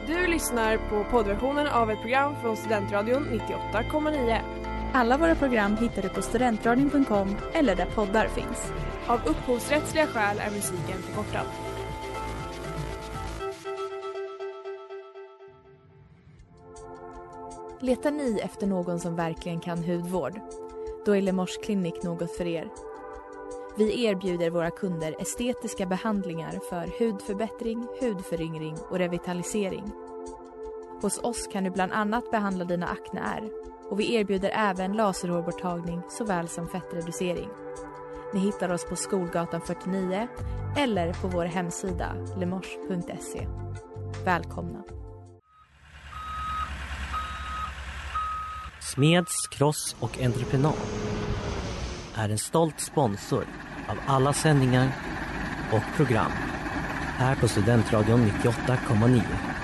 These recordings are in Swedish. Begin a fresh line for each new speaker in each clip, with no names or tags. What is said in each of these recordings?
Du lyssnar på poddversionen av ett program från Studentradion 98,9.
Alla våra program hittar du på studentradion.com eller där poddar finns.
Av upphovsrättsliga skäl är musiken förkortad.
Letar ni efter någon som verkligen kan hudvård? Då är Lemors klinik något för er. Vi erbjuder våra kunder estetiska behandlingar för hudförbättring, hudföryngring och revitalisering. Hos oss kan du bland annat behandla dina akneär och vi erbjuder även laserhårborttagning såväl som fettreducering. Ni hittar oss på Skolgatan 49 eller på vår hemsida lemors.se. Välkomna!
Smeds, Cross och Entreprenad är en stolt sponsor av alla sändningar och program här på Studentradion 98,9.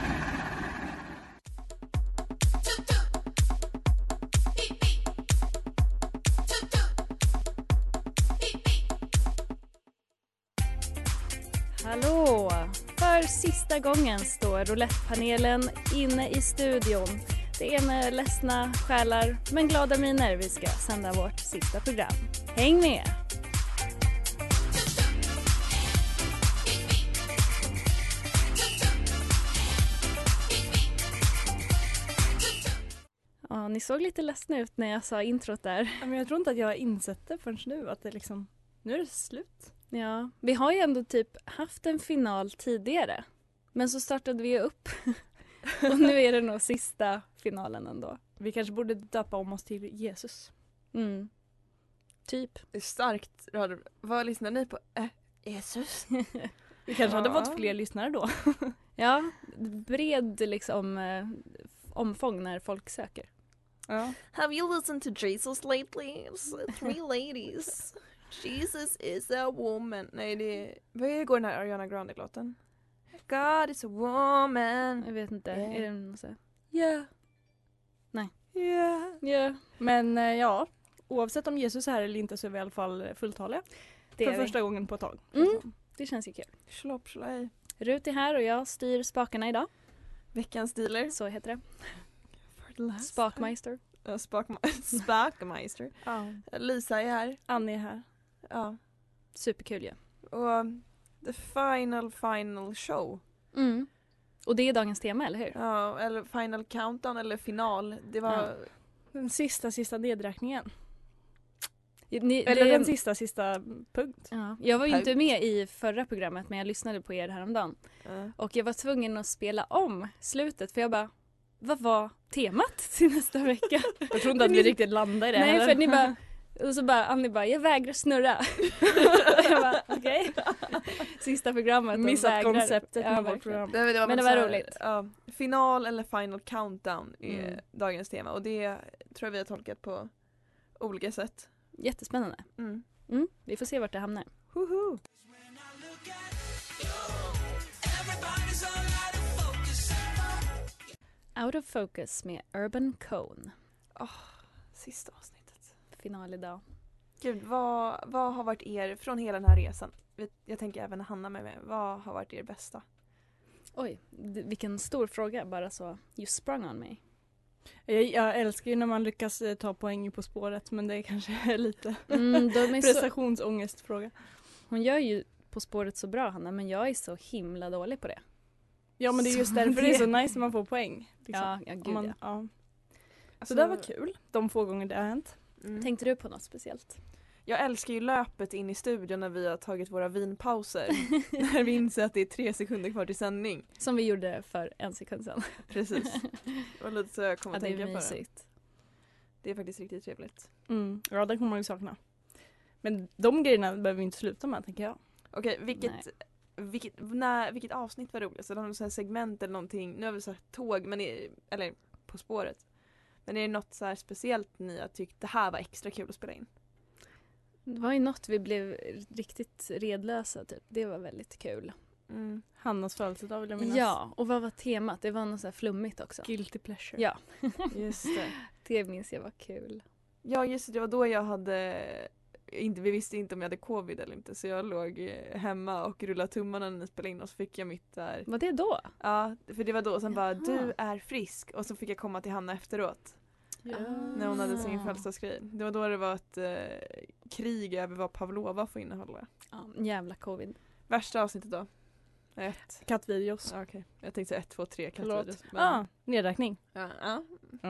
Hallå! För sista gången står roulettepanelen inne i studion. Det är med ledsna själar men glada miner vi ska sända vårt sista program. Häng med! Ja, ni såg lite ledsna ut när jag sa introt där.
Men jag tror inte att jag har insett det förrän nu. Att det liksom, nu är det slut.
Ja, vi har ju ändå typ haft en final tidigare. Men så startade vi upp. Och nu är det nog sista finalen ändå.
Vi kanske borde döpa om oss till Jesus.
Mm. Typ.
Det är starkt. Vad lyssnar ni på? Jesus.
Vi kanske hade fått fler lyssnare då.
Ja, bred liksom omfång när folk söker.
Ja.
Have you listened to Jesus lately? It's 3 ladies. Jesus is a woman. Nej, det... Vad går den här Ariana Grande-låten? God is a woman.
Jag vet inte.
Yeah.
Är det något så här?
Yeah.
Nej.
Yeah.
Ja.
Men ja, oavsett om Jesus är här eller inte så är vi i alla fall fulltaliga.
Det
För
är vi.
första gången på ett tag.
Mm. Det känns ju kul.
Slopp, slaj.
Rut är här och jag styr spakarna idag.
Veckans dealer.
Så heter det.
Spakmeister. Spakmeister.
Ja.
Lisa är här.
Annie är här.
Ja.
Superkul ju.
Och the final show.
Mm. Och det är dagens tema, eller hur?
Ja, eller final countdown eller final. Det var...
Den sista nedräkningen.
Ni,
Eller
det-
den sista punkt.
Ja, jag var ju inte med i förra programmet men jag lyssnade på er häromdagen.
Ja.
Och jag var tvungen att spela om slutet för jag bara, vad var temat till nästa vecka?
Jag tror inte att vi riktigt landade i det.
Nej,
heller.
för ni bara, och så bara, Annie bara, jag vägrar snurra. Jag bara, okej. Sista programmet. och
Missat
vägrar.
konceptet
Ja,
med vårt
verkligen.
program.
Men det
Men det
så
var
här,
roligt.
Ja, final eller final countdown är
Mm.
dagens tema. Och det tror jag vi har tolkat på olika sätt.
Jättespännande.
Mm.
Mm, vi får se vart det hamnar.
Hoho.
Out of Focus med Urban Cone.
Sista avsnittet.
Final idag.
Gud, vad har varit från hela den här resan? Jag tänker även Hanna med. Vad har varit bästa?
Oj, vilken stor fråga. Bara så, you sprung on me.
Jag älskar ju när man lyckas ta poäng På spåret, men det är kanske lite
De är så,
prestationsångestfråga.
hon gör ju På spåret så bra, Hanna, men jag är så himla dålig på det.
Ja, men det är just
Så
därför det är så
det-
nice när man får poäng. Liksom.
Ja,
Om
gud
man,
ja.
ja.
Alltså,
Så det var kul, de få gånger det har hänt.
Mm.
Tänkte du på något speciellt?
Jag älskar ju löpet in i studion när vi har tagit våra vinpauser. När vi inser att det är 3 sekunder kvar till sändning.
Som vi gjorde för 1 sekund sedan.
Precis. Det var lite så jag kom
Ja,
att
det
tänka
är
på det.
mysigt.
Det är faktiskt riktigt trevligt.
Ja, det kommer man ju sakna. Men de grejerna behöver vi inte sluta med, tänker jag.
Okej, vilket avsnitt var roligast? Eller något så här segment eller någonting. Nu har vi sagt tåg, men eller På spåret. Men är det något så här speciellt ni har tyckt det här var extra kul att spela in?
Det var ju något vi blev riktigt redlösa typ. Det var väldigt kul.
Mm.
Hannas födelsedag vill jag minnas.
Ja, och vad var temat? Det var något så här flummigt också.
Guilty pleasure.
Ja,
Just det.
det minns jag var kul.
Ja, just det. Det var då jag hade vi visste inte om jag hade covid eller inte, så jag låg hemma och rullade tummarna när ni spelade in och så fick jag mitt där.
Var det då?
Ja, för det var då. Sen bara, du är frisk. Och så fick jag komma till Hanna efteråt. När hon hade sin födelsedagsgrej. Det var då det var ett krig över vad Pavlova får innehålla.
Ja, jävla covid.
Värsta avsnittet då? 1.
Kattvideos.
Okej. Jag tänkte 1, 2, 3 kattvideos.
Nedräkning.
Ja.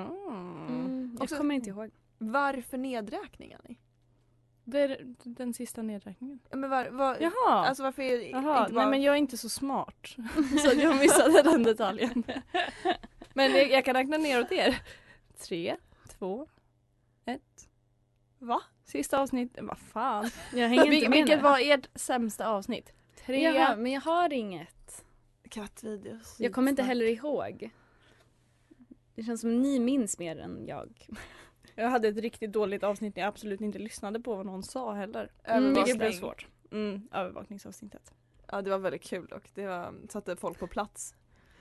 Jag
Också-
kommer inte ihåg.
Varför nedräkning, Annie?
Det är den sista nedräkningen.
Ja, men
Jaha.
alltså varför är
Jaha,
inte bara...
nej men jag är inte så smart. Så jag missade den detaljen. Men jag kan räkna ner åt er. 3, 2, 1.
Va?
Sista avsnitt. Vad fan.
Jag hänger inte med
Vilket
nu.
var ert sämsta avsnitt? 3.
Jaha, men jag har inget.
Kattvideos.
Jag kommer inte heller ihåg. Det känns som ni minns mer än jag.
Jag hade ett riktigt dåligt avsnitt när jag absolut inte lyssnade på vad någon sa heller.
Övervakning.
Vilket blev svårt. Övervakningsavsnittet.
Ja, det var väldigt kul dock. Det var, satte folk på plats.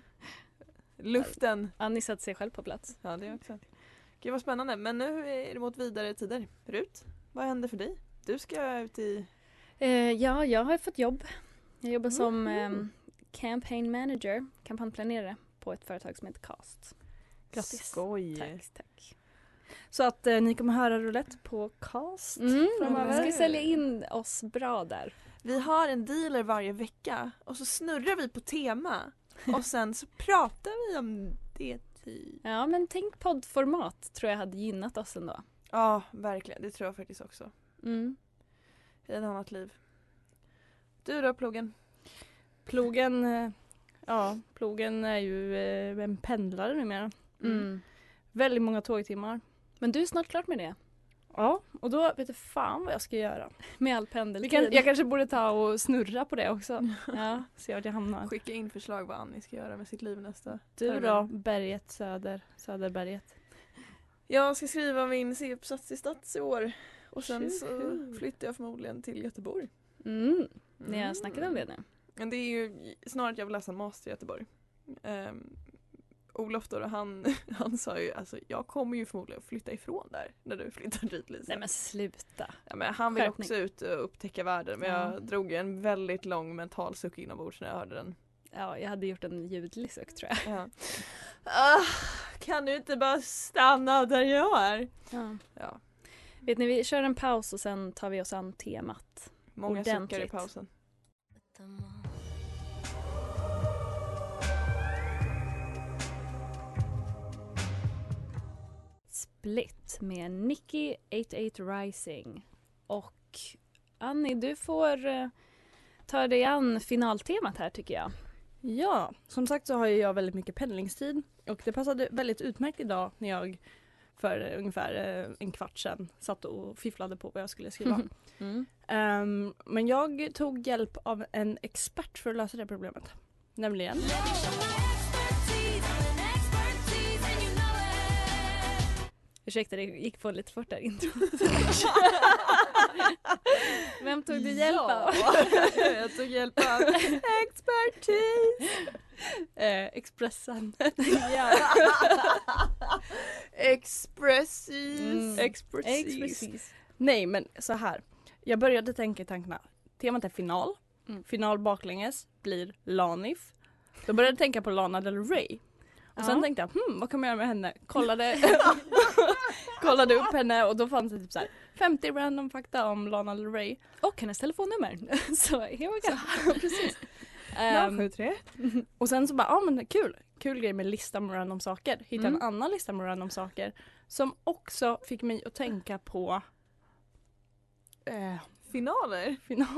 Luften.
Annie satte sig själv på plats.
Ja, det också. Gud vad spännande. Men nu är det mot vidare tider. Rut, vad händer för dig? Du ska ut i...
Ja, jag har fått jobb. Jag jobbar som campaign manager, kampanjplanerare på ett företag som heter Cast.
Grattis.
Skoj.
Tack.
Så att ni kommer höra roulette på Cast.
Vi ska sälja in oss bra där.
Vi har en dealer varje vecka och så snurrar vi på tema och sen så pratar vi om det.
Ja, men tänk poddformat tror jag hade gynnat oss ändå.
Ja, verkligen. Det tror jag faktiskt också.
Mm.
I ett annat liv. Du då, plogen?
Plogen är ju en pendlare numera. Väldigt många tågtimmar.
Men du är snart klart med det.
Ja, och då vet du fan vad jag ska göra.
Med all pendeltid.
Jag kanske borde ta och snurra på det också. Ja, se vart jag hamnar.
Skicka in förslag vad Annie ska göra med sitt liv nästa.
Du då, berget Söderberget.
Jag ska skriva min C-uppsats i Stats i år. Och sen så flyttar jag förmodligen till Göteborg.
Ni har snackat om det nu.
Men det är ju snarare att jag vill läsa en master i Göteborg. Olof då, han sa ju, alltså jag kommer ju förmodligen flytta ifrån där när du flyttar dit, Lisa.
Nej men sluta.
Ja, men han vill
Skärpning.
också ut och upptäcka världen, men jag drog ju en väldigt lång mental suck inombords när jag hörde den.
Ja, jag hade gjort en ljudlig suck tror jag.
Ja. Kan du inte bara stanna där jag är? Ja.
Vet ni, vi kör en paus och sen tar vi oss an temat.
Många
Ordentligt.
suckar i pausen.
Split med Nicki 88 Rising. Och Annie, du får ta dig an finaltemat här tycker jag.
Ja, som sagt så har jag väldigt mycket pendlingstid. Och det passade väldigt utmärkt idag när jag för ungefär en kvart sedan satt och fifflade på vad jag skulle skriva. Men jag tog hjälp av en expert för att lösa det problemet. Nämligen...
Ursäkta, det gick på lite fort där intro. Vem tog du hjälp av?
Jag tog hjälp av expertis.
Expressen.
Expressis.
Expressis. Nej, men så här. Jag började tänka i tankarna. Temat är final. Final baklänges blir Lanif. Då började jag tänka på Lana Del Rey. Och sen tänkte jag, vad kan man göra med henne? Kollade upp henne och då fanns det typ så här 50 random fakta om Lana Del Rey.
Och hennes telefonnummer. Så here we go.
Precis.
073.
Och sen så bara, men kul grej med lista med random saker. Hitta en annan lista med random saker som också fick mig att tänka på
Finaler.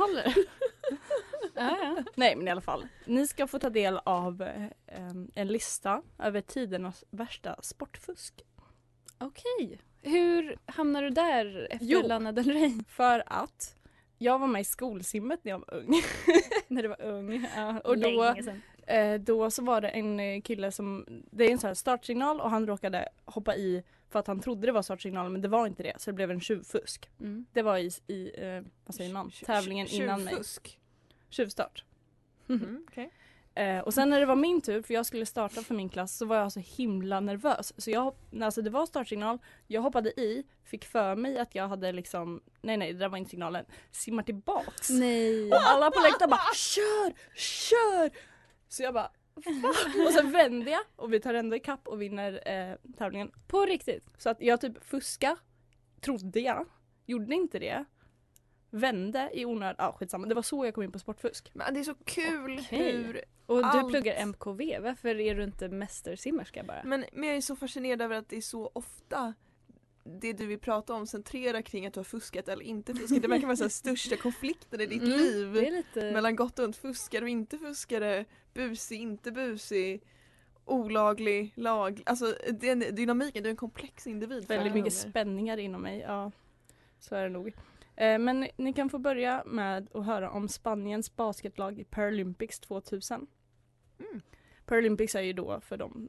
Nej, men i alla fall. Ni ska få ta del av en lista över tidernas värsta sportfusk.
Okej. Hur hamnar du där efter Lana Del Rey?
För att jag var med i skolsimmet när jag var ung.
När du var ung. Ja,
och
länge sedan.
då så var det en kille som, det är en sån här startsignal och han råkade hoppa i för att han trodde det var startsignal men det var inte det, så det blev en tjuvfusk. Det var i vad säger man? Tävlingen innan mig.
Tjuvfusk.
Tjuvstart.
Okay.
Och sen när det var min tur, för jag skulle starta för min klass, så var jag så himla nervös. Så det var startsignal, jag hoppade i, fick för mig att jag hade liksom, nej det där var inte signalen, simmar tillbaks.
Nej.
Och alla på läktaren bara, kör! Så jag bara, va? Och sen vände jag och vi tar ändå ikapp och vinner tävlingen.
På riktigt?
Så att jag typ fuska, trodde jag, gjorde inte det. Vände i onödan, skitsamma. Det var så jag kom in på sportfusk.
Men det är så kul
Okej.
hur
Och
allt...
du pluggar MKV, varför är du inte mästersimmerska bara?
Men jag är så fascinerad över att det är så ofta det du vill prata om centrerar kring att du har fuskat eller inte fuskat. Det verkar vara så här största konflikten i ditt liv.
Det är lite...
Mellan gott och ont, fuskare och inte fuskare, busig, inte busig, olaglig, lag. Alltså den dynamiken, du är en komplex individ.
Väldigt mycket spänningar inom mig, ja. Så är det nog. Men ni kan få börja med att höra om Spaniens basketlag i Paralympics 2000. Paralympics är ju då för de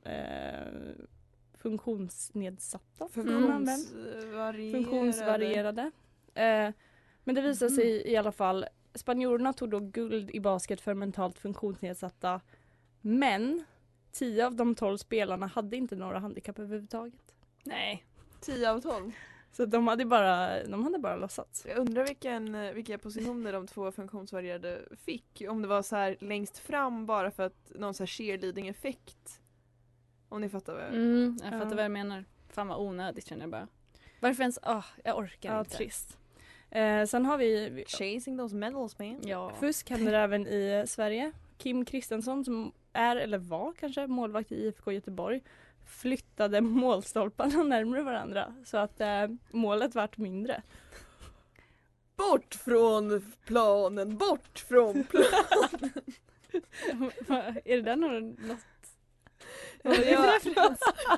funktionsnedsatta. Funktionsvarierade. Men det visar sig i alla fall, spanjorerna tog då guld i basket för mentalt funktionsnedsatta. Men 10 av de 12 spelarna hade inte några handikapp överhuvudtaget.
Nej.
10 av 12.
Så de hade bara låtsats.
Jag undrar vilka positioner de 2 funktionsvarierade fick. Om det var så här längst fram bara för att någon så här cheerleading-effekt. Om ni fattar vad
jag fattar vad jag menar. Fan vad onödigt känner jag bara. Varför ens? Jag orkar inte.
Trist. Sen har vi
chasing those medals, man.
Ja.
Fusk händer även i Sverige. Kim Kristensson som är eller var kanske målvakt i IFK Göteborg flyttade målstolparna närmare varandra så att målet vart mindre.
Bort från planen, bort från planen.
Är det där något?
Vad är det för referens?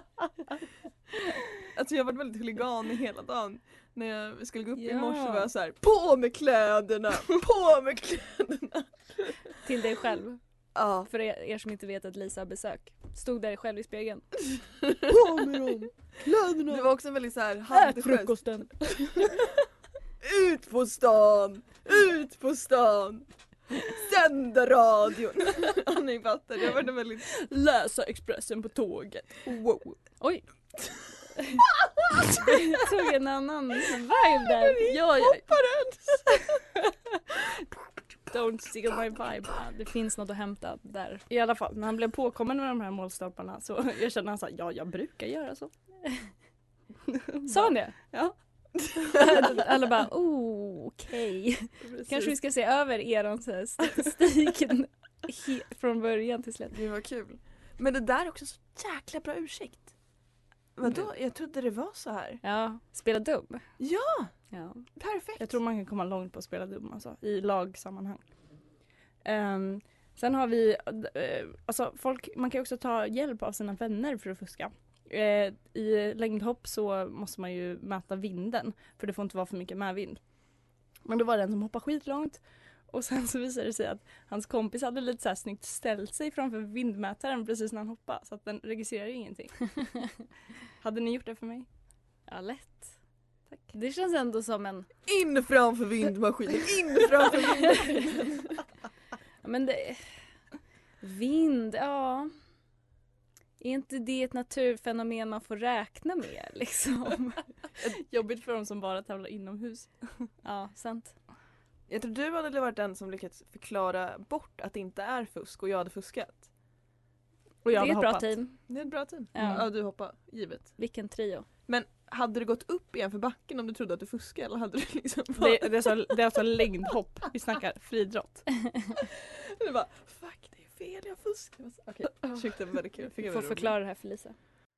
Alltså jag har varit väldigt huligan hela dagen. När jag skulle gå upp i morse var jag så här: på med kläderna, på med kläderna.
Till dig själv.
Ja.
För er som inte vet att Lisa har besök. Stod där själv i spegeln.
På med dem, kläderna.
Det var också en väldigt så här handgest.
frukosten.
Ut på stan, ut på stan. Sända radion. Ni fattar, det var det väldigt...
Läsa Expressen på tåget. Wow.
Oj. Det tog en annan vibe där.
Jag
hoppades.
Don't steal my vibe.
Ja, det finns något att hämta där.
I alla fall, när han blev påkommen med de här målstolparna så jag kände han sa, jag brukar göra så.
Sa han det?
Ja.
Alla bara, okej. Kanske vi ska se över eran statistik från början till slut.
Det var kul. Men det där är också så jäkla bra ursäkt. Vadå? Jag trodde det var så här.
Ja, spela dum.
Ja,
Ja.
perfekt.
Jag tror man kan komma långt på att spela dum alltså, i lagsammanhang. Sen har vi, man kan ju också ta hjälp av sina vänner för att fuska. I längdhopp så måste man ju mäta vinden, för det får inte vara för mycket medvind. Men då var det en som hoppade skitlångt och sen så visade det sig att hans kompis hade lite så här snyggt ställt sig framför vindmätaren precis när han hoppade, så att den registrerar ingenting. Hade ni gjort det för mig?
Ja, lätt. Tack. Det känns ändå som en...
In framför vindmaskinen, in framför vindmaskinen.
Ja, men det... Vind, ja... Är inte det ett naturfenomen man får räkna med liksom?
Jobbigt för de som bara tävlar inomhus.
Ja, sant.
Jag tror du hade varit den som lyckats förklara bort att det inte är fusk och jag hade fuskat.
Och
Det
jag
är ett
hade
bra
hoppat.
Det
team.
är ett bra team.
Ja.
Ja, du hoppar, givet.
Vilken trio.
Men hade du gått upp igen för backen om du trodde att du fuskade, eller hade du liksom...
Det är alltså längdhopp. Vi snackar friidrott.
Du bara, fuck, det är fel, jag fuskar. Okej, ursäkta, det var väldigt kul.
Du får förklara det här för Lisa.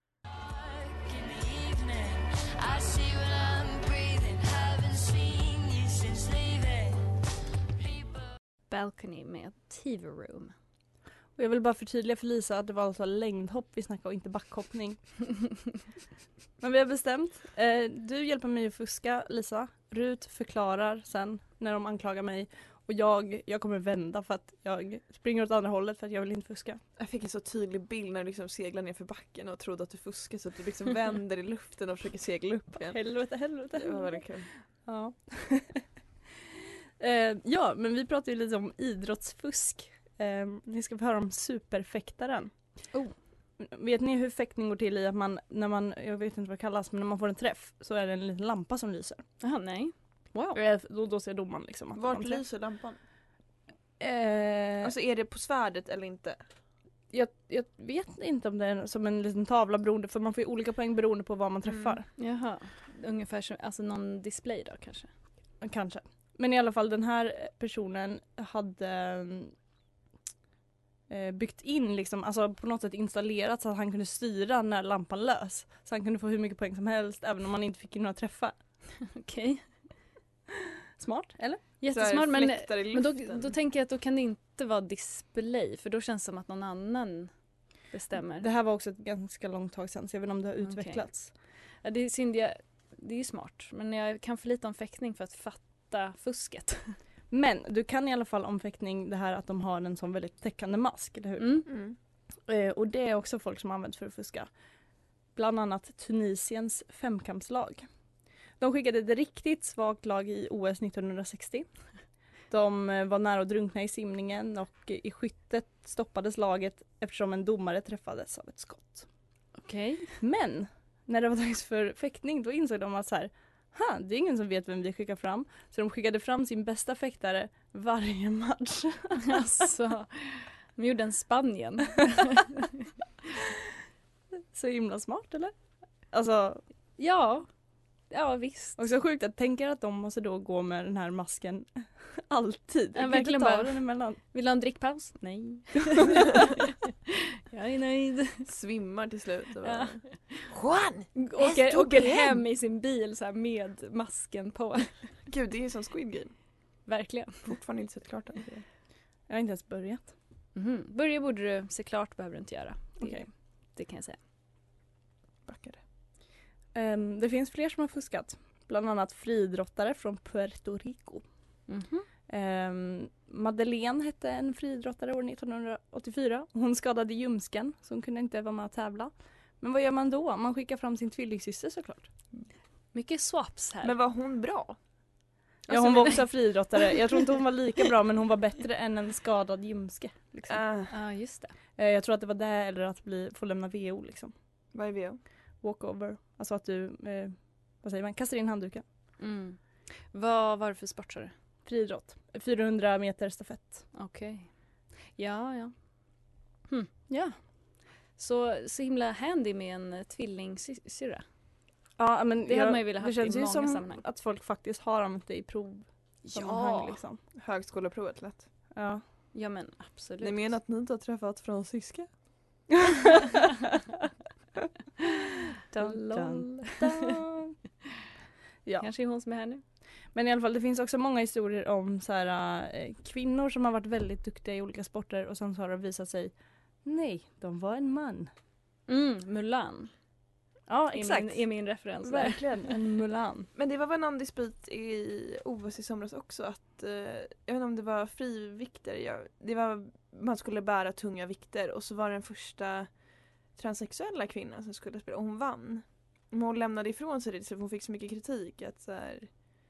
Balcony med TV Room.
Och jag vill bara förtydliga för Lisa att det var alltså längdhopp vi snackade och inte backhoppning. Men vi har bestämt. Du hjälper mig att fuska, Lisa. Rut förklarar sen när de anklagar mig. Och jag kommer vända för att jag springer åt andra hållet för att jag vill inte fuska.
Jag fick en så tydlig bild när du liksom seglar ner för backen och trodde att du fuskade, så att du liksom vänder i luften och försöker segla upp igen.
Helvete.
Det var väldigt kul.
Ja. Ja, men vi pratar ju lite om idrottsfusk Ni ska få höra om superfäktaren.
Oh.
Vet ni hur fäktning går till i att när man, jag vet inte vad det kallas, men när man får en träff så är det en liten lampa som lyser.
Jaha, nej. Wow.
Då ser domaren liksom att
Vart
man träff.
lyser lampan?
Alltså,
är det på svärdet eller inte?
jag vet inte om det är som en liten tavla beroende, för man får ju olika poäng beroende på vad man träffar.
Jaha. Ungefär som alltså någon display då kanske.
Kanske. Men i alla fall den här personen hade byggt in liksom, alltså på något sätt installerat så att han kunde styra när lampan lös. Så han kunde få hur mycket poäng som helst även om man inte fick in några träffar.
Okej.
Smart, eller?
Jättesmart, men
då
då tänker jag att då kan det inte vara display, för då känns det som att någon annan bestämmer.
Det här var också ett ganska långt tag sedan, så jag vet inte om det har utvecklats.
Ja, det är synd, det är ju smart, men jag kan för lite om fäktning för att fatta fusket.
Men du kan i alla fall om fäktning det här att de har en sån väldigt täckande mask, eller hur?
Mm.
Och det är också folk som använt för att fuska. Bland annat Tunisiens femkampslag. De skickade ett riktigt svagt lag i OS 1960. De var nära att drunkna i simningen och i skyttet stoppades laget eftersom en domare träffades av ett skott.
Okej.
Men när det var dags för fäktning då insåg de att så här, det är ingen som vet vem vi skickar fram. Så de skickade fram sin bästa fäktare varje match.
Alltså, de gjorde en Spanien.
Så himla smart, eller? Alltså,
Ja, visst.
och så sjukt att tänka att de måste då gå med den här masken alltid.
Ja,
Jag kan
verkligen
inte ta
bara-
den emellan.
Vill du ha en drickpaus? Nej. Jag är nöjd.
Svimmar till slut. Och
Ja.
Juan!
Åker hem i sin bil så här med masken på.
Gud, det är som Squid Game.
Verkligen.
Fortfarande inte sett klart den.
Jag har inte ens börjat.
Börja borde du se klart, behöver du inte göra.
Okej.
Det kan jag säga.
Backade.
Det finns fler som har fuskat. Bland annat friidrottare från Puerto Rico. Madeleine hette en friidrottare år 1984. Hon skadade ljumsken så hon kunde inte vara med och tävla. Men vad gör man då? Man skickar fram sin tvillingsyster såklart.
Mycket swaps här.
Men var hon bra?
Ja, hon var också friidrottare. Jag tror inte hon var lika bra, men hon var bättre än en skadad ljumske. Liksom.
Ja, just det.
Jag tror att det var det eller att få lämna VO liksom.
Vad är VO?
Walkover. Alltså att du, vad säger man, kastar in handduken.
Vad var det för sport, sa du?
Friidrott. 400 meter stafett.
Okej. Ja.
Ja.
Så himla handy med en tvillingsyrra.
Ja, men
Det hade man ju velat ha
det känns
i
ju
många
som
sammanhang.
att folk faktiskt har använt det i provsammanhang liksom.
Högskoleprovet lätt.
Ja.
Ja, men absolut.
Ni menar att ni inte har träffat fransyska?
Lol.
Ja.
Kanske är hon som är här nu.
Men i alla fall, det finns också många historier om så här, kvinnor som har varit väldigt duktiga i olika sporter och sen så har det visat sig, nej, de var en man.
Mulan.
Ja,
Är min referens. där.
Verkligen, en Mulan.
Men det var väl någon dispyt i OS i somras också att, jag vet inte om det var frivikter, man skulle bära tunga vikter och så var det den första transsexuella kvinnan som skulle spela och hon vann. Men hon lämnade ifrån sig det så hon fick så mycket kritik att så här,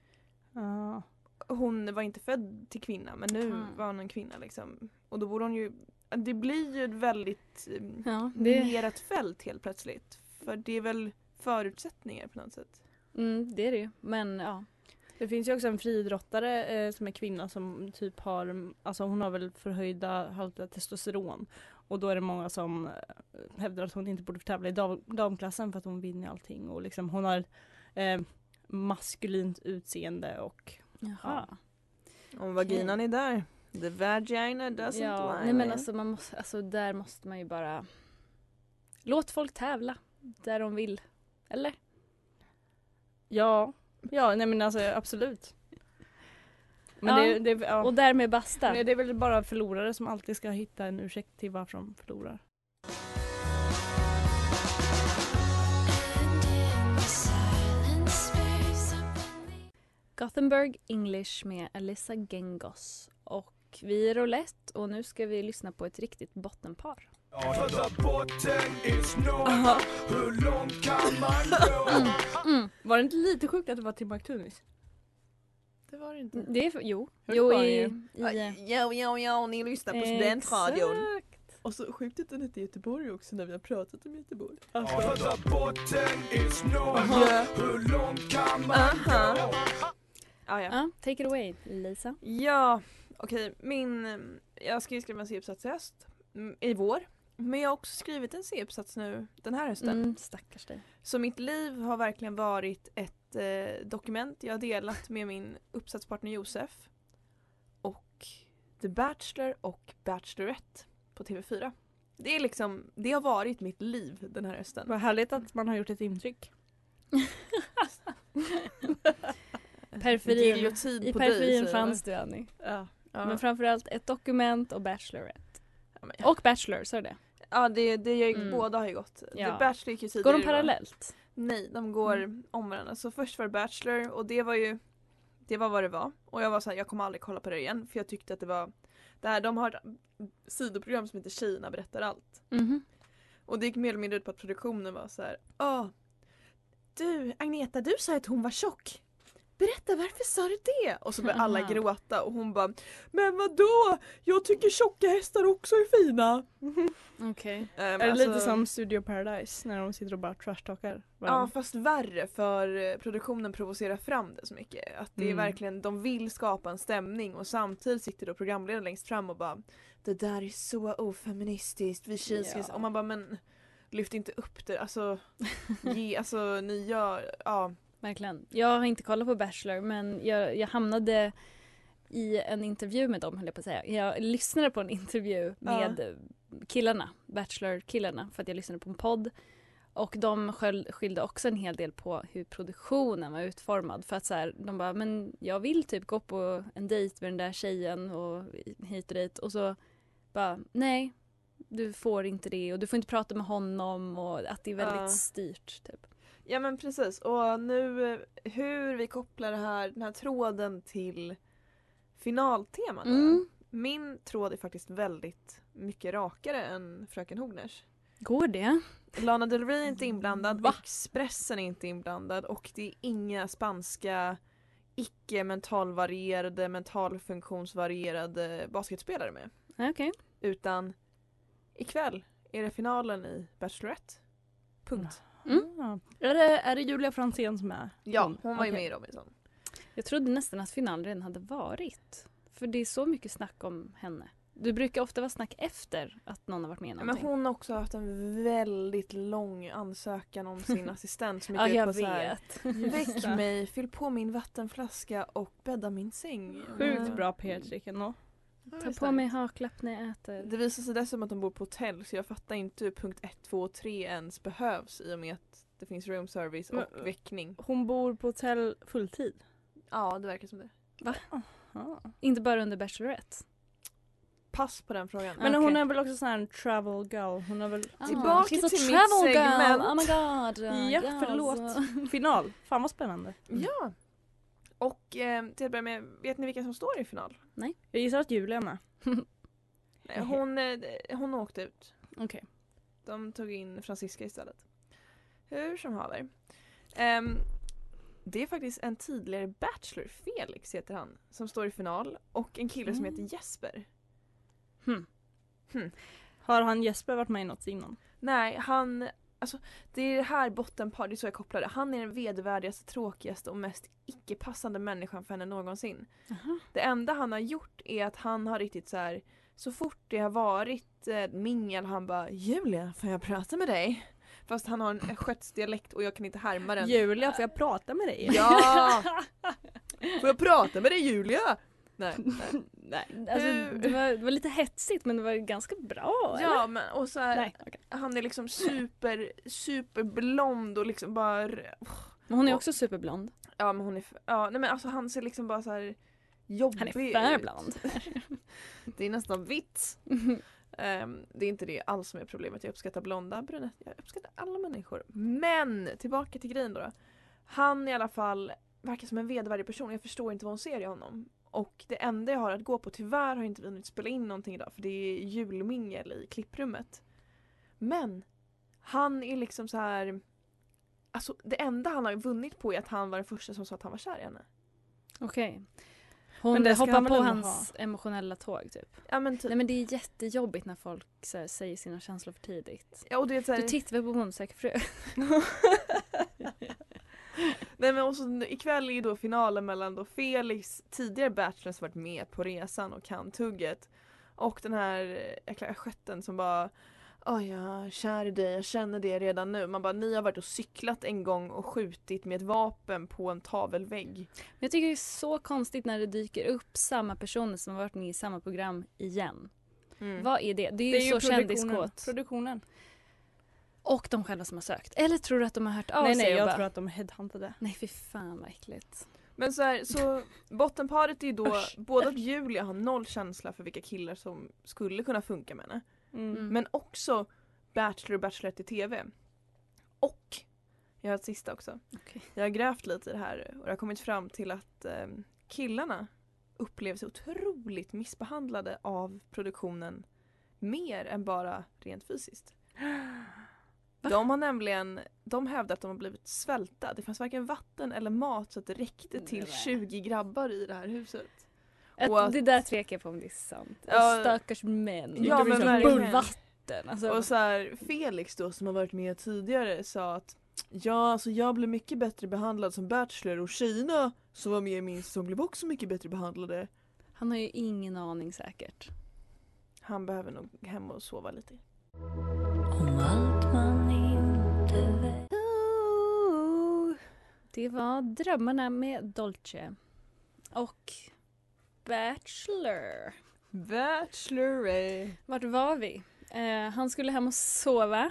hon var inte född till kvinna men nu var hon en kvinna liksom. Och då borde hon ju, det blir ju ett väldigt minerat fält helt plötsligt. För det är väl förutsättningar på något sätt.
Det är det ju. Men ja.
Det finns ju också en friidrottare som är kvinna som typ har, alltså hon har väl förhöjda halter testosteron. Och då är det många som hävdar att hon inte borde tävla i damklassen för att hon vinner allting. Och liksom hon har maskulint utseende och
Jaha.
Om vaginan är där. The vagina doesn't lie.
Nej, men alltså där måste man ju bara låt folk tävla där de vill. Eller?
Ja, nej men alltså absolut. Men
ja. Och därmed basta.
Men det är väl bara förlorare som alltid ska hitta en ursäkt till varför de förlorar.
Gothenburg English med Alyssa Gengos. Och vi är roulette och nu ska vi lyssna på ett riktigt bottenpar.
Hur långt kan man gå?
Var det inte lite sjukt att det var Tim Tunis?
Det var det inte.
Det är, jo,
Hur var
Ni lyssnar på studentradion.
Exakt.
Och så sjukt att den heter Göteborg också när vi har pratat om Göteborg.
Ja, take it away, Lisa.
Ja, okej. Jag ska ju skriva en C-uppsats i höst. I vår. Men jag har också skrivit en C-uppsats nu den här hösten.
Stackars dig.
Så mitt liv har verkligen varit ett dokument jag har delat med min uppsatspartner Josef. Och The Bachelor och Bachelorette på TV4. Det är liksom, det har varit mitt liv den här hösten.
Vad härligt att man har gjort ett intryck.
Periferin.
Giljotin
I
på dig,
periferin
säger
fanns du, Annie.
Ja.
Men framförallt ett dokument och Bachelorette.
Ja, men,
Och Bachelor, så är det.
ja, båda har ju gått.
Ja.
The Bachelor gick ju
Går
tidigare
de
då.
parallellt?
Nej, de går om varandra. Så först var det Bachelor och det var vad det var. Och jag var så här, jag kommer aldrig kolla på det igen för jag tyckte att det var de har ett sidoprogram som heter Tjejerna berättar allt. Och det gick mer eller mindre ut på att produktionen var så här: du Agneta, du sa att hon var tjock. Berätta, varför sa du det? Och så började alla gråta och hon bara, men vadå? Jag tycker tjocka hästar också är fina.
Okej.
Är det lite som Studio Paradise när de sitter och bara trashtalkar varandra?
Ja, fast värre, för produktionen provocerar fram det så mycket. Att det är verkligen, de vill skapa en stämning och samtidigt sitter då programledaren längst fram och bara, det där är så ofeministiskt, vi tjejer ska... Och man bara, men lyft inte upp det, alltså, ni gör, ja.
Verkligen. Jag har inte kollat på Bachelor, men jag hamnade i en intervju med dem, höll jag på att säga. Jag lyssnade på en intervju med killarna, Bachelor-killarna, för att jag lyssnade på en podd. Och de skyllde också en hel del på hur produktionen var utformad. För att så här, de bara, men jag vill typ gå på en dejt med den där tjejen och hit och dit. Och så bara, nej, du får inte det. Och du får inte prata med honom och att det är väldigt styrt typ.
Ja men precis, och nu hur vi kopplar den här tråden till finalteman. Min tråd är faktiskt väldigt mycket rakare än Fröken Hogners.
Går det?
Lana Del Rey är inte inblandad, Expressen är inte inblandad och det är inga spanska icke-mentalvarierade, mentalfunktionsvarierade basketspelare med.
Okej.
Utan ikväll är det finalen i Bachelorette. Punkt.
Är det Julia Franzén som är?
Ja, hon var ju med i Robinson.
Jag trodde nästan att finalen redan hade varit. För det är så mycket snack om henne. Du brukar ofta vara snack efter att någon har varit med i någonting.
Men hon har också haft en väldigt lång ansökan om sin assistent. Som
ja, jag
på
vet.
Väck mig, fyll på min vattenflaska och bädda min säng.
Sjukt bra PR-trick ändå.
Ta på mig haklapp när jag äter.
Det visar sig dessutom att de bor på hotell så jag fattar inte hur punkt 1, 2 och 3 ens behövs i och med att det finns room service och väckning.
Hon bor på hotell fulltid?
Ja, det verkar som det.
Va? Inte bara under Bachelorette?
Pass på den frågan.
Men hon är väl också sån här travel girl. Hon är väl
tillbaka till mitt segment.
Oh my god.
Ja, förlåt. Final. Fan vad spännande.
Ja. Och till att börja med, vet ni vilka som står i final?
Nej.
Jag gissar att Julia är med.
Hon åkte ut.
Okej.
De tog in Franziska istället. Hur som haver. Det är faktiskt en tidigare Bachelor, Felix heter han, som står i final. Och en kille som heter Jesper.
Har han Jesper varit med i något innan?
Nej, det är det här bottenpar, det är så jag kopplar det. Han är den vedervärdigaste, tråkigaste och mest icke-passande människan för henne någonsin. Det enda han har gjort är att han har riktigt så här, så fort det har varit mingel, han bara, Julia, får jag prata med dig? Fast han har en östgötsdialekt och jag kan inte härma den.
Julia, får jag prata med dig?
Ja! Får jag prata med dig, Julia? Nej.
Alltså, det var lite hetsigt men det var ganska bra.
Ja,
eller?
men och så här,
Nej, okay.
Han är liksom superblond och liksom bara.
Men hon är också superblond.
Ja, men hon är nej men alltså han ser liksom bara så här jobbig
Han är
ut.
färblond.
Det är nästan vitt. Det är inte det alls som är problemet. Jag uppskattar blonda, brunett. Jag uppskattar alla människor. Men tillbaka till grejen då. Han i alla fall verkar som en vedervärdig person. Jag förstår inte vad hon ser i honom. Och det enda jag har att gå på, tyvärr har inte vi hunnit spela in någonting idag. För det är julmingel i klipprummet. Men han är liksom så här. Alltså det enda han har vunnit på är att han var den första som sa att han var kär i henne.
Okej.
Men
Hon
det ska
hoppar
han
på
väl ändå
hans emotionella tåg typ.
Ja men typ.
Nej men det är jättejobbigt när folk så här, säger sina känslor för tidigt.
Ja, och det är så här,
Du tittar väl på Bondesäker fru?
nej men också ikväll är ju då finalen mellan då Felix, tidigare bachelor som varit med på resan och kan tugget. Och den här jäkla skötten som bara jag är kär i dig, jag känner det redan nu. Man bara, ni har varit och cyklat en gång och skjutit med ett vapen på en tavelvägg.
Men jag tycker det är så konstigt när det dyker upp samma personer som har varit med i samma program igen. Vad är det? Det är ju så kändiskåt.
Produktionen.
Och de själva som har sökt. Eller tror du att de har hört av sig?
Nej,
och
jag
bara,
tror att de är headhuntade.
Nej, fy fan vad äckligt.
Men så bottenparet är ju då, både att Julia har noll känsla för vilka killar som skulle kunna funka med henne. Men också Bachelor och Bachelorette i TV. Och jag har ett sista också.
Okay.
Jag har grävt lite i det här och jag har kommit fram till att killarna upplever sig otroligt missbehandlade av produktionen mer än bara rent fysiskt. De hävdar att de har blivit svälta. Det fanns varken vatten eller mat så att det räckte till 20 grabbar i det här huset.
Det där tvekar jag på om det är sant.
Ja,
stackars män.
Ja, men verkligen.
Bullvatten. Alltså.
Och så här, Felix då som har varit med tidigare sa att jag blev mycket bättre behandlad som bachelor och tjejerna som var med i min säsong blev också mycket bättre behandlade.
Han har ju ingen aning säkert.
Han behöver nog hem och sova lite.
Om allt man inte vet.
Det var Drömmarna med Dolce. Och Bachelor.
Bachelorette.
Vart var vi? Han skulle hem och sova.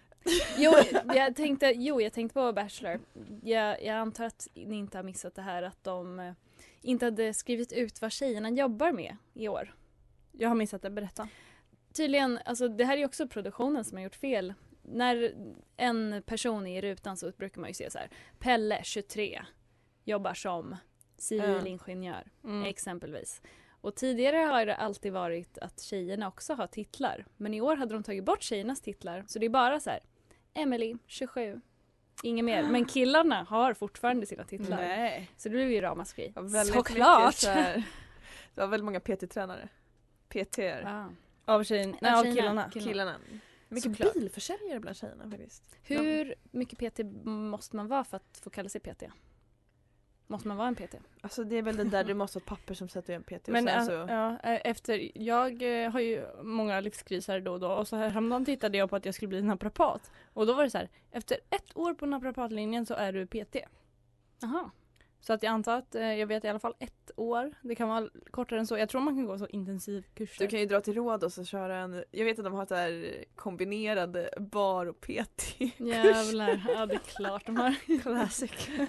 Jag tänkte på Bachelor. Jag antar att ni inte har missat det här att de inte hade skrivit ut vad tjejerna jobbar med i år.
Jag har missat det, berätta.
Tydligen, alltså det här är också produktionen som har gjort fel. När en person är i rutan så brukar man ju se så här. Pelle, 23, jobbar som civilingenjör, exempelvis. Och tidigare har det alltid varit att tjejerna också har titlar. Men i år hade de tagit bort tjejernas titlar. Så det är bara så här, Emily, 27, inget mer. Men killarna har fortfarande sina titlar.
Nej.
Så det blev ju ramaskri.
Såklart! Det var väldigt många PT-tränare. PT-er.
Ja.
Av tjejerna? Nej, av killarna.
Killarna. Mycket
Såklart.
bilförsäljare bland tjejerna faktiskt.
Hur mycket PT måste man vara för att få kalla sig PT? Måste man vara en PT?
Alltså det är väl den där du måste ha ett papper som sätter en PT.
Men
och sen
jag har ju många livskriser då och då. Och så häromdagen tittade jag på att jag skulle bli naprapat. Och då var det så här, efter 1 år på naprapatlinjen så är du PT.
Jaha.
Så att jag antar att jag vet i alla fall 1 år. Det kan vara kortare än så. Jag tror man kan gå så intensivkurser.
Du kan ju dra till Rhodos och köra jag vet att de har så här kombinerade bar och PT.
Jävlar, ja det är klart de har.
Classic.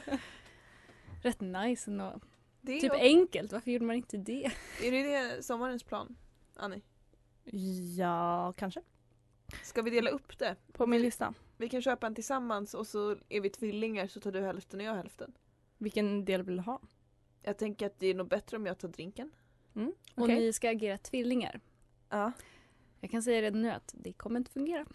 Rätt nice ändå.
Det är
Typ
också,
enkelt, varför gjorde man inte det?
är det sommarens plan, Annie?
Ja, kanske.
Ska vi dela upp det?
På min lista.
Vi kan köpa en tillsammans och så är vi tvillingar så tar du hälften och jag hälften.
Vilken del vill du ha?
Jag tänker att det är nog bättre om jag tar drinken.
Och
Okej.
ni ska agera tvillingar.
Ja.
Jag kan säga redan nu att det kommer inte fungera.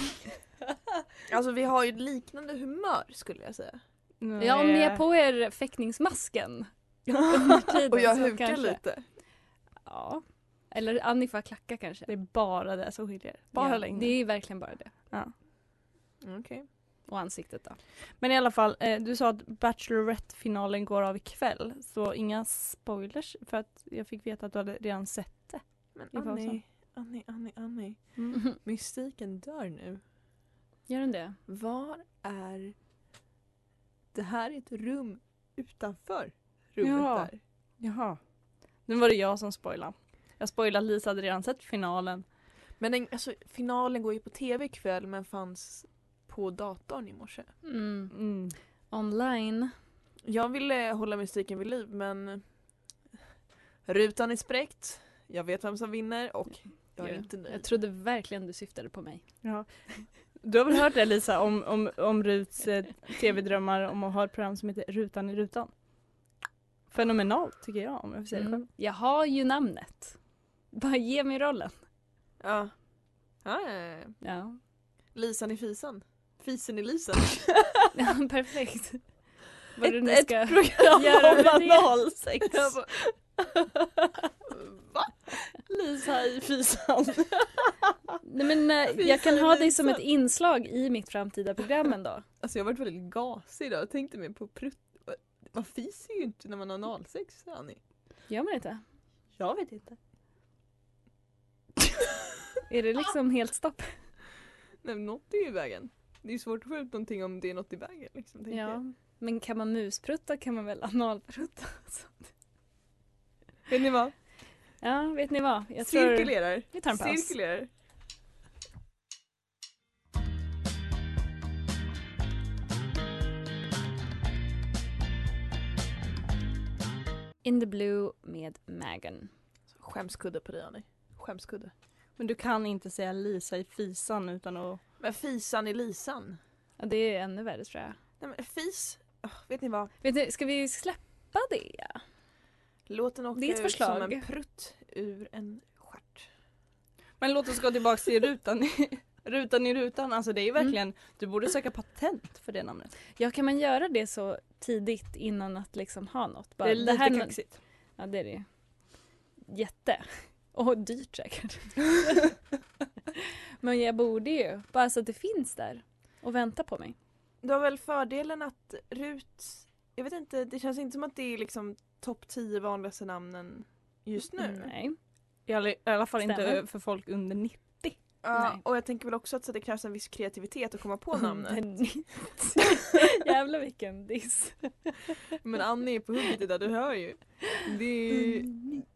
Alltså vi har ju liknande humör skulle jag säga.
Ja, om ni är på er fäktningsmasken.
Och jag
så
hukar
kanske.
lite.
Ja. Eller Annie får klacka kanske.
Det är bara det som skiljer. Bara
ja,
längden.
det är verkligen bara det.
Okej.
Och ansiktet då.
Men i alla fall, du sa att Bachelorette-finalen går av ikväll. Så inga spoilers för att jag fick veta att du hade redan sett det.
Men
I pausen.
Annie.
Mm.
Mystiken dör nu.
Gör den det?
Var är... Det här är ett rum utanför rummet
Ja.
där.
Jaha. Nu var det jag som spoilade. Jag spoilade, Lisa hade redan sett finalen.
Men finalen går ju på tv ikväll men fanns på datorn i morse.
Online.
Jag ville hålla mystiken vid liv men rutan är spräckt. Jag vet vem som vinner och jag är inte nöjd.
Jag trodde verkligen du syftade på mig.
Ja. Du har väl hört det, Lisa, om Ruts tv-drömmar om att ha ett program som heter Rutan i rutan? Fenomenalt tycker jag, om jag får säga det själv.
Jag har ju namnet. Bara ge mig rollen.
Ja.
Ja.
Lisan i fisan. Fisen i Lisan.
Ja, perfekt. vad du nu
Ett
ska
program
göra
om
med det.
analsex.
Jag bara, va?
Lisa i fisan.
Nej, men jag kan ha det som ett inslag i mitt framtida program ändå.
Alltså jag har varit väldigt gasig idag. Jag tänkte mig på prutt. Man fiser ju inte när man har analsex, Annie.
Gör man inte?
Jag vet inte.
Är det liksom helt stopp?
Nej, men något är ju i vägen. Det är ju svårt att få ut någonting om det är något i vägen. Liksom, tänker jag.
Ja, men kan man musprutta kan man väl analprutta?
Vet ni vad?
Ja, vet ni vad? Jag tror
Cirkulerar.
vi tar en paus.
Cirkulerar.
In the Blue med Megan.
Skämskudde på dig, Annie. Skämskudde.
Men du kan inte säga Lisa i fisan utan att...
Men fisan i lisan.
Ja, det är ännu värre tror jag.
Nej, men fis. Vet ni vad?
Vet ni, ska vi släppa det?
Låt den åka
Det är ett
ut
förslag.
som en prutt ur en stjärt.
Men låt oss gå tillbaka till rutan. Rutan i rutan. Alltså det är ju verkligen... Du borde söka patent för det namnet.
Ja, kan man göra det så tidigt innan att liksom ha något?
Det är lite
här
kaxigt.
Ja, det är det. Jätte. Och dyrt säkert. Men jag borde ju. Bara så att det finns där. Och vänta på mig.
Du har väl fördelen att Rut... Jag vet inte, det känns inte som att det är liksom topp 10 vanligaste namnen just nu.
Nej.
I alla fall
Stämmer.
inte för folk under 90.
Ja,
Nej.
och jag tänker väl också att så det krävs en viss kreativitet att komma på namnet.
Jävlar vilken diss.
Men Annie är på hugget idag, du hör ju. Det är...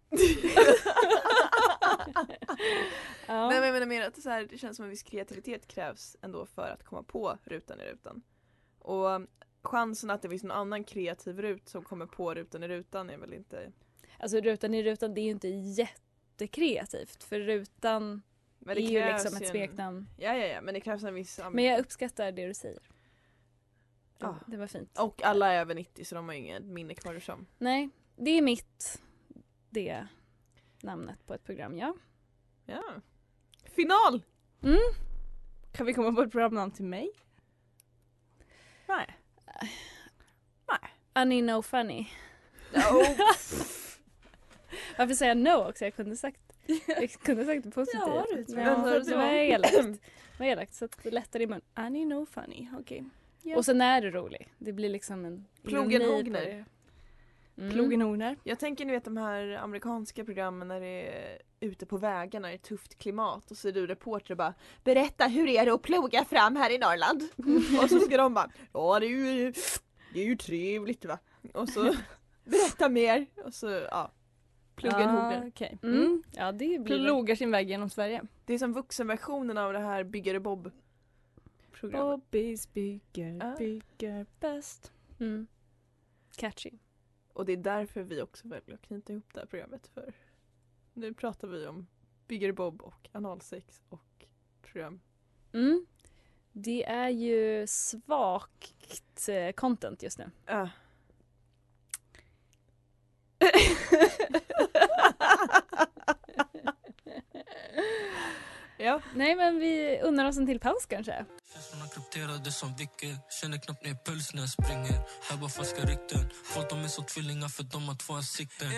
Ja.
Nej, men jag menar mer att det, så här, det känns som en viss kreativitet krävs ändå för att komma på rutan i rutan. Och chansen att det finns någon annan kreativ rut som kommer på rutan i rutan är väl inte...
Alltså rutan i rutan, det är ju inte jättekreativt. För rutan
Men
är ju
krävs
liksom ett
en-
smeknamn.
Ja, men det krävs en viss...
Men jag uppskattar det du säger.
Ja.
Det var fint.
Och alla är över 90 så de har inget minne kvar som.
Nej, det är mitt det namnet på ett program, ja.
Ja. Final!
Mm.
Kan vi komma på ett programnamn till mig? Nej.
Annie No Funny.
Oh.
Varför säger jag no också? Jag kunde sagt det positivt.
Ja, du tror
Ja,
jag.
det var elakt. Det var elakt så att det lättade i mun.
Annie No Funny, okej. Ja.
Och sen är du rolig. Det blir liksom en
Plogen
ironi på
Hogner.
det. Mm.
Plogen Horner.
Jag tänker ni vet de här amerikanska programmen när det är ute på vägarna i ett tufft klimat och så är du reporter och bara berätta hur är det att ploga fram här i Norrland? Och så ska de bara ja det är ju trevligt va? Och så berätta mer och så ja Plogen Hogner.
Okej.
Mm. Ja, det blir det.
Plogar sin väg genom Sverige.
Det är som vuxenversionen av det här Byggare Bob programmet.
Bobbys bygger, bygger bäst.
Mm. Catchy.
Och det är därför vi också väljer att knyta ihop det här programmet för nu pratar vi om Byggare Bob och analsex och program.
Mm. Det är ju svagt content just nu.
Ja.
Nej, men vi unnar oss en till paus kanske.
Känslorna krypterade som dicker. Känner knappt ner puls när jag springer. Här bara falska rykten. Folk de är så tvillingar för de har två ansikten.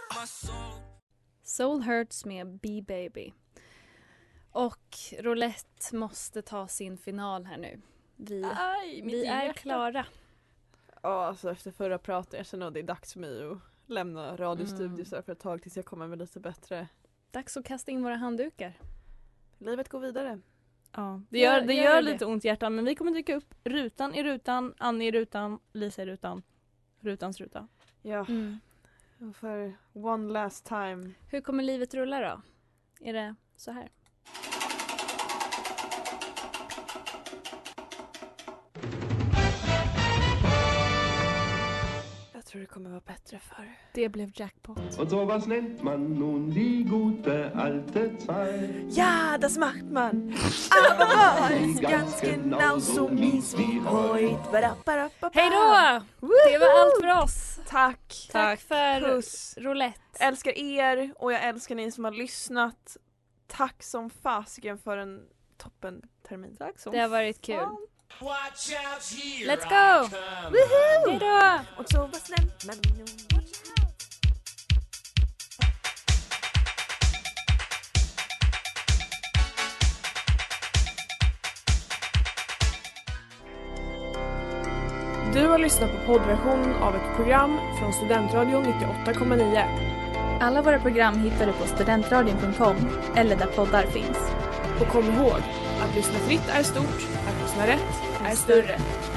Soul Hurts med B-Baby. Och Roulette måste ta sin final här nu. Vi är klara.
Ja, alltså efter förra pratet jag känner att det är dags för mig att lämna radiostudiosar för ett tag tills jag kommer med lite bättre.
Dags att kasta in våra handdukar.
Livet går vidare.
Ja, det
Gör
gör
det.
lite ont i hjärtan men vi kommer dyka upp rutan i rutan, Annie i rutan, Lisa i rutan, rutans ruta.
Ja, och för one last time.
Hur kommer livet rulla då? Är det så här?
Jag tror det kommer vara bättre för.
Det blev jackpot.
Und sowas nennt man nun die gute alte Zeit.
Ja, das macht man! Aber ganz genau so mies wie heute.
Hej då! Det var allt för oss.
Tack!
Tack för
Puss!
roulette.
Älskar er och jag älskar ni som har lyssnat. Tack som fasiken för en toppen termin.
Tack så.
Det har varit kul. Let's go! Woohoo! Hejdå!
Och så var snäll med min
Du har lyssnat på poddversion av ett program från Studentradion 98,9.
Alla våra program hittar du på studentradion.com eller där poddar finns.
Och kom ihåg, att lyssna fritt är stort, att lyssna rätt är större.